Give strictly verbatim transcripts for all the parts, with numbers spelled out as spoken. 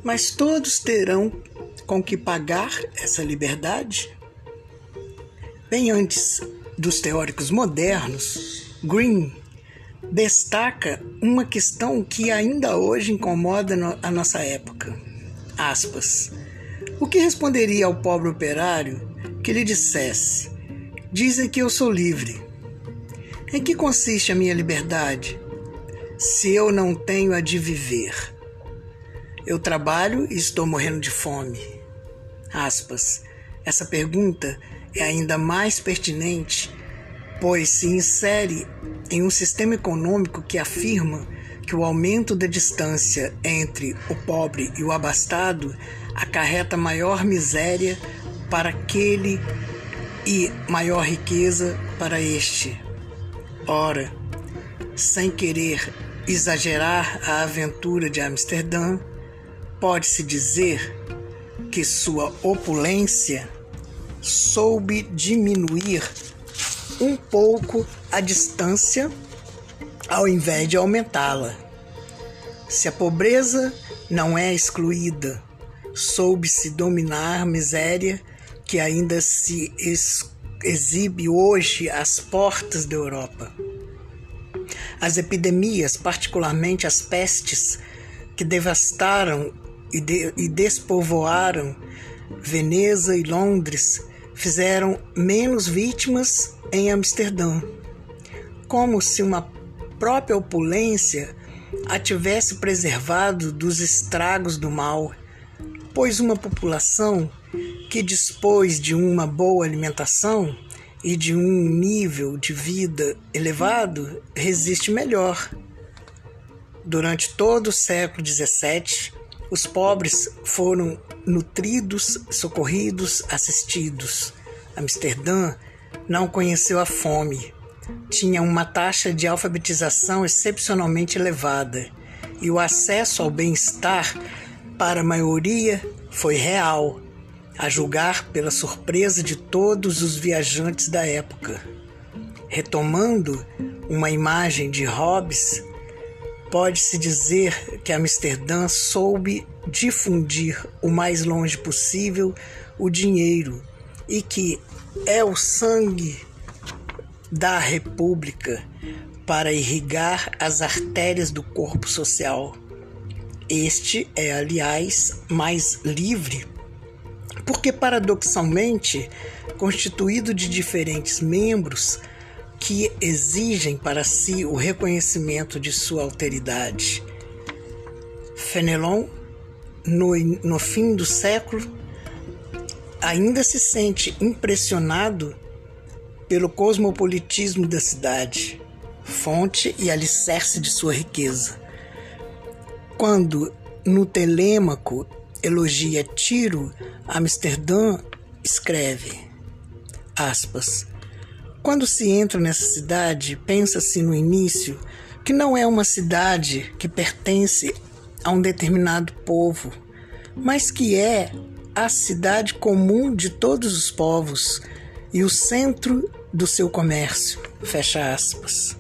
Mas todos terão com que pagar essa liberdade? Bem antes dos teóricos modernos, Green destaca uma questão que ainda hoje incomoda a nossa época. Aspas. O que responderia ao pobre operário que lhe dissesse: dizem que eu sou livre. Em que consiste a minha liberdade, se eu não tenho a de viver? Eu trabalho e estou morrendo de fome. Aspas. Essa pergunta é ainda mais pertinente, pois se insere em um sistema econômico que afirma que o aumento da distância entre o pobre e o abastado acarreta maior miséria para aquele e maior riqueza para este. Ora, sem querer exagerar a aventura de Amsterdã, pode-se dizer que sua opulência soube diminuir um pouco a distância ao invés de aumentá-la. Se a pobreza não é excluída, soube-se dominar a miséria que ainda se ex- exibe hoje às portas da Europa. As epidemias, particularmente as pestes, que devastaram e, de- e despovoaram Veneza e Londres, fizeram menos vítimas em Amsterdã, como se uma própria opulência a tivesse preservado dos estragos do mal, pois uma população que dispôs de uma boa alimentação e de um nível de vida elevado resiste melhor. Durante todo o século dezessete, os pobres foram nutridos, socorridos, assistidos. Amsterdã não conheceu a fome. Tinha uma taxa de alfabetização excepcionalmente elevada e o acesso ao bem-estar para a maioria foi real, a julgar pela surpresa de todos os viajantes da época. Retomando uma imagem de Hobbes, pode-se dizer que Amsterdã soube difundir o mais longe possível o dinheiro e que é o sangue da República para irrigar as artérias do corpo social. Este é, aliás, mais livre, porque paradoxalmente constituído de diferentes membros que exigem para si o reconhecimento de sua alteridade. Fenelon, no, no fim do século, ainda se sente impressionado pelo cosmopolitismo da cidade, fonte e alicerce de sua riqueza. Quando, no Telêmaco, elogia Tiro, Amsterdã escreve, aspas, quando se entra nessa cidade, pensa-se no início que não é uma cidade que pertence a um determinado povo, mas que é a cidade comum de todos os povos e o centro do seu comércio, fecha aspas.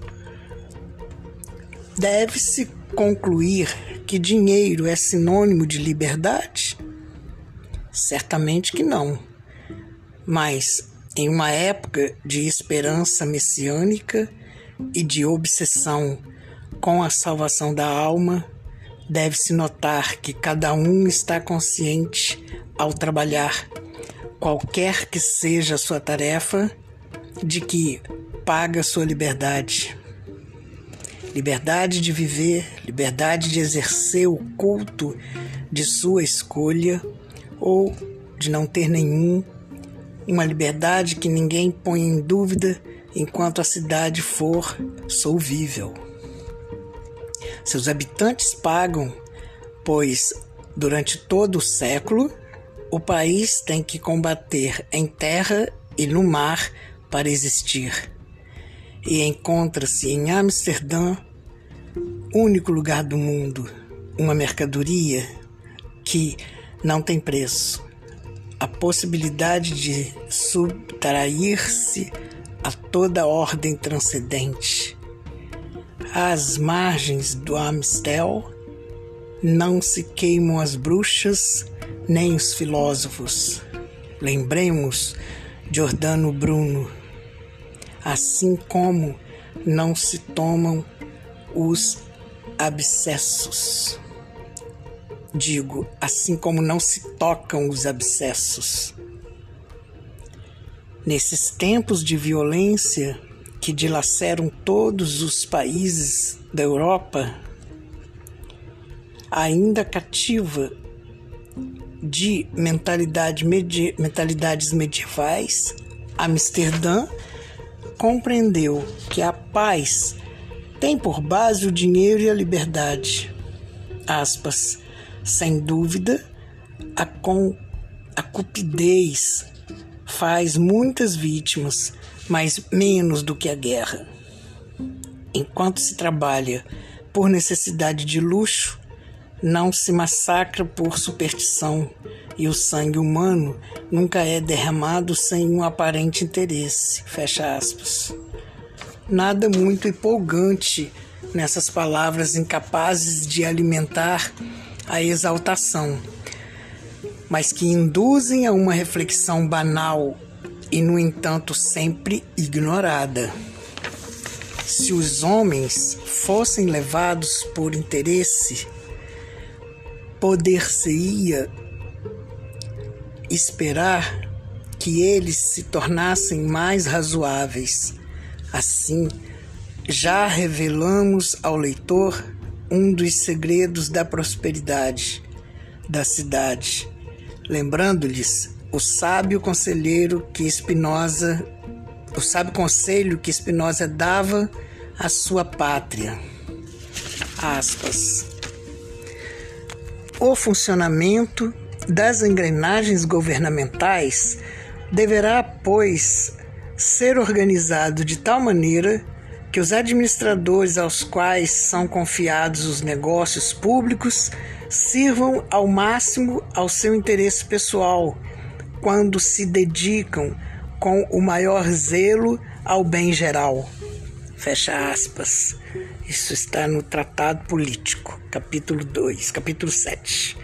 Deve-se concluir que dinheiro é sinônimo de liberdade? Certamente que não. Mas, em uma época de esperança messiânica e de obsessão com a salvação da alma, deve-se notar que cada um está consciente ao trabalhar, qualquer que seja a sua tarefa, de que paga sua liberdade. Liberdade de viver, liberdade de exercer o culto de sua escolha ou de não ter nenhum, uma liberdade que ninguém põe em dúvida enquanto a cidade for solvível. Seus habitantes pagam, pois durante todo o século o país tem que combater em terra e no mar para existir. E encontra-se em Amsterdã, único lugar do mundo, uma mercadoria que não tem preço, a possibilidade de subtrair-se a toda ordem transcendente. Às margens do Amstel, não se queimam as bruxas nem os filósofos. Lembremos Giordano Bruno. Assim como não se tomam os abscessos. Digo, assim como não se tocam os abscessos. Nesses tempos de violência que dilaceram todos os países da Europa, ainda cativa de mentalidade medi- mentalidades medievais, Amsterdã compreendeu que a paz tem por base o dinheiro e a liberdade. Aspas. Sem dúvida, a, com, a cupidez faz muitas vítimas, mas menos do que a guerra. Enquanto se trabalha por necessidade de luxo, não se massacra por superstição, e o sangue humano nunca é derramado sem um aparente interesse. Fecha aspas. Nada muito empolgante nessas palavras incapazes de alimentar a exaltação, mas que induzem a uma reflexão banal e, no entanto, sempre ignorada. Se os homens fossem levados por interesse, poder-se-ia esperar que eles se tornassem mais razoáveis. Assim, já revelamos ao leitor um dos segredos da prosperidade da cidade, lembrando-lhes o sábio conselheiro que Spinoza, o sábio conselho que Spinoza dava à sua pátria. Aspas. O funcionamento das engrenagens governamentais deverá, pois, ser organizado de tal maneira que os administradores aos quais são confiados os negócios públicos sirvam ao máximo ao seu interesse pessoal, quando se dedicam com o maior zelo ao bem geral. Fecha aspas. Isso está no Tratado Político, capítulo dois, capítulo sete.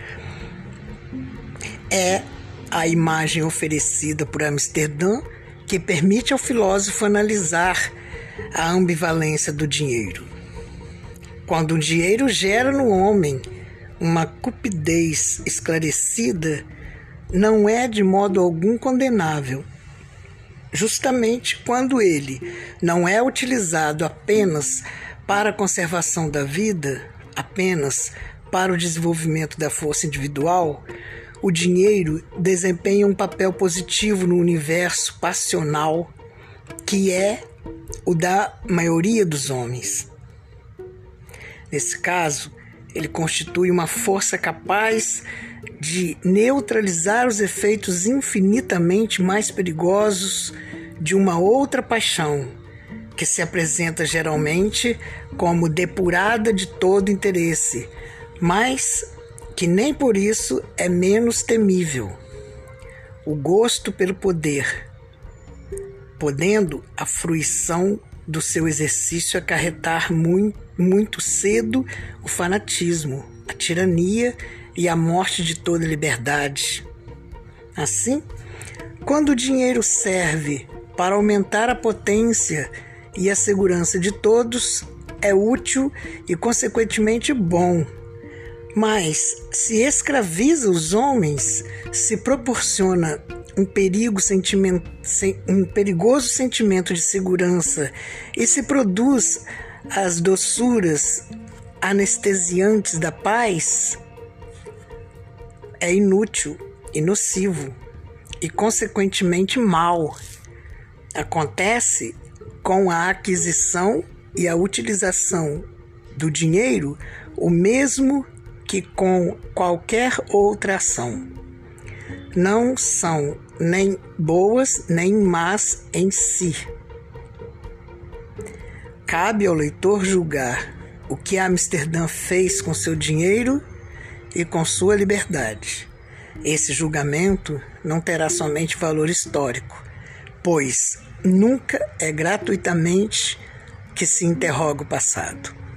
É a imagem oferecida por Amsterdã que permite ao filósofo analisar a ambivalência do dinheiro. Quando o dinheiro gera no homem uma cupidez esclarecida, não é de modo algum condenável. Justamente quando ele não é utilizado apenas para a conservação da vida, apenas para o desenvolvimento da força individual, o dinheiro desempenha um papel positivo no universo passional que é o da maioria dos homens. Nesse caso, ele constitui uma força capaz de neutralizar os efeitos infinitamente mais perigosos de uma outra paixão, que se apresenta geralmente como depurada de todo interesse, mas que nem por isso é menos temível: o gosto pelo poder, podendo a fruição do seu exercício acarretar muito, muito cedo o fanatismo, a tirania e a morte de toda liberdade. Assim, quando o dinheiro serve para aumentar a potência e a segurança de todos, é útil e, consequentemente, bom. Mas, se escraviza os homens, se proporciona um, perigo sentimento, um perigoso sentimento de segurança e se produz as doçuras anestesiantes da paz, é inútil e nocivo e, consequentemente, mal. Acontece com a aquisição e a utilização do dinheiro o mesmo que com qualquer outra ação. Não são nem boas nem más em si. Cabe ao leitor julgar o que Amsterdã fez com seu dinheiro e com sua liberdade. Esse julgamento não terá somente valor histórico, pois nunca é gratuitamente que se interroga o passado.